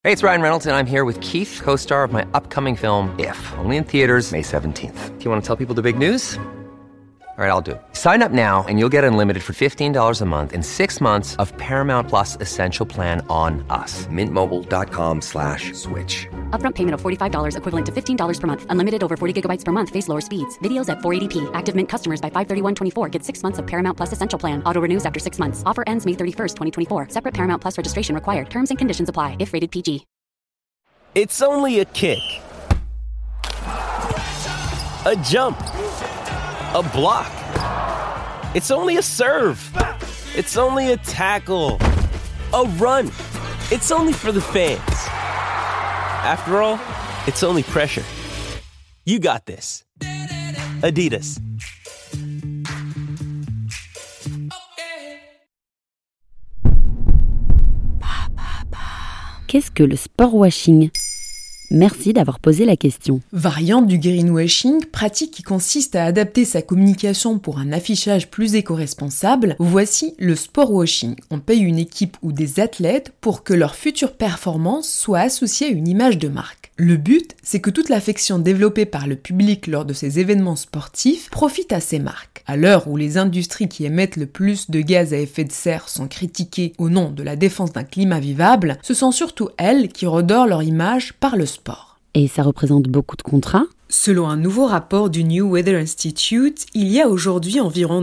Hey, it's Ryan Reynolds, and I'm here with Keith, co-star of my upcoming film, If, only in theaters May 17th. Do you want to tell people the big news? All right, I'll do it. Sign up now and you'll get unlimited for $15 a month and 6 months of Paramount Plus Essential Plan on us. MintMobile.com/switch. Upfront payment of $45 equivalent to $15 per month. Unlimited over 40 gigabytes per month. Face lower speeds. Videos at 480p. Active Mint customers by 531.24 get 6 months of Paramount Plus Essential Plan. Auto renews after 6 months. Offer ends May 31st, 2024. Separate Paramount Plus registration required. Terms and conditions apply if rated PG. It's only a kick. A jump. A block. It's only a serve. It's only a tackle. A run. It's only for the fans. After all, it's only pressure. You got this. Adidas. Qu'est-ce que le sport washing ? Merci d'avoir posé la question. Variante du greenwashing, pratique qui consiste à adapter sa communication pour un affichage plus éco-responsable, voici le sport washing. On paye une équipe ou des athlètes pour que leur future performance soit associée à une image de marque. Le but, c'est que toute l'affection développée par le public lors de ces événements sportifs profite à ces marques. À l'heure où les industries qui émettent le plus de gaz à effet de serre sont critiquées au nom de la défense d'un climat vivable, ce sont surtout elles qui redorent leur image par le sport. Et ça représente beaucoup de contrats ? Selon un nouveau rapport du New Weather Institute, il y a aujourd'hui environ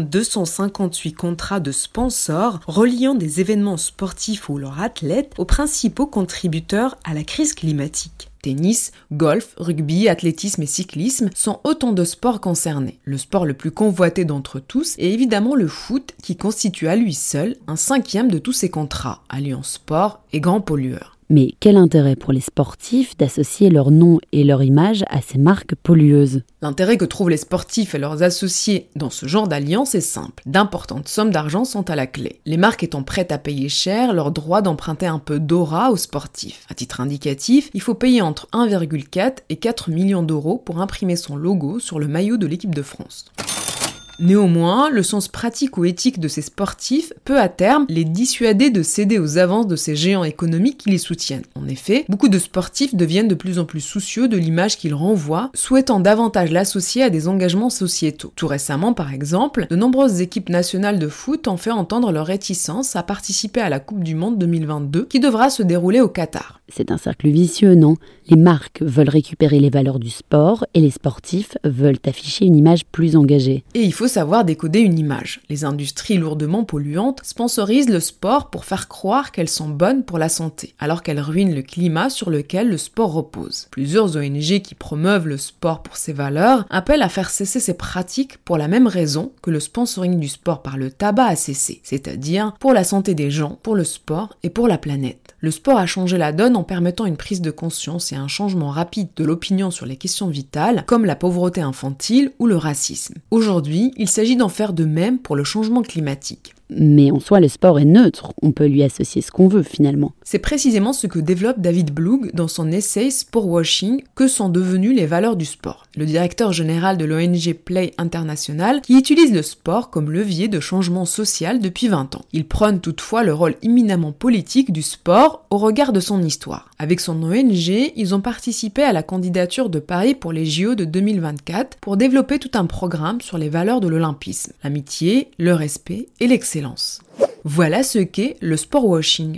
258 contrats de sponsors reliant des événements sportifs ou leurs athlètes aux principaux contributeurs à la crise climatique. Tennis, golf, rugby, athlétisme et cyclisme sont autant de sports concernés. Le sport le plus convoité d'entre tous est évidemment le foot qui constitue à lui seul un 5e de tous ces contrats, alliant sport et grands pollueurs. Mais quel intérêt pour les sportifs d'associer leur nom et leur image à ces marques pollueuses ? L'intérêt que trouvent les sportifs et leurs associés dans ce genre d'alliance est simple. D'importantes sommes d'argent sont à la clé. Les marques étant prêtes à payer cher leur droit d'emprunter un peu d'aura aux sportifs. À titre indicatif, il faut payer entre 1,4 et 4 millions d'euros pour imprimer son logo sur le maillot de l'équipe de France. Néanmoins, le sens pratique ou éthique de ces sportifs peut à terme les dissuader de céder aux avances de ces géants économiques qui les soutiennent. En effet, beaucoup de sportifs deviennent de plus en plus soucieux de l'image qu'ils renvoient, souhaitant davantage l'associer à des engagements sociétaux. Tout récemment, par exemple, de nombreuses équipes nationales de foot ont fait entendre leur réticence à participer à la Coupe du Monde 2022 qui devra se dérouler au Qatar. C'est un cercle vicieux, non ? Les marques veulent récupérer les valeurs du sport et les sportifs veulent afficher une image plus engagée. Et il faut savoir décoder une image. Les industries lourdement polluantes sponsorisent le sport pour faire croire qu'elles sont bonnes pour la santé, alors qu'elles ruinent le climat sur lequel le sport repose. Plusieurs ONG qui promeuvent le sport pour ses valeurs appellent à faire cesser ces pratiques pour la même raison que le sponsoring du sport par le tabac a cessé, c'est-à-dire pour la santé des gens, pour le sport et pour la planète. Le sport a changé la donne en permettant une prise de conscience et un changement rapide de l'opinion sur les questions vitales, comme la pauvreté infantile ou le racisme. Aujourd'hui, il s'agit d'en faire de même pour le changement climatique. Mais en soi, le sport est neutre, on peut lui associer ce qu'on veut finalement. C'est précisément ce que développe David Blug dans son essai Sport Washing, que sont devenues les valeurs du sport. Le directeur général de l'ONG Play International qui utilise le sport comme levier de changement social depuis 20 ans. Il prône toutefois le rôle éminemment politique du sport au regard de son histoire. Avec son ONG, ils ont participé à la candidature de Paris pour les JO de 2024 pour développer tout un programme sur les valeurs de l'olympisme, l'amitié, le respect et l'excellence. Voilà ce qu'est le sport washing.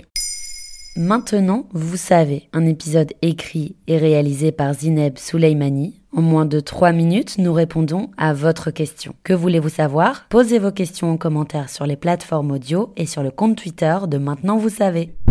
Maintenant, vous savez, un épisode écrit et réalisé par Zineb Souleimani. En moins de 3 minutes, nous répondons à votre question. Que voulez-vous savoir ? Posez vos questions en commentaire sur les plateformes audio et sur le compte Twitter de Maintenant Vous Savez.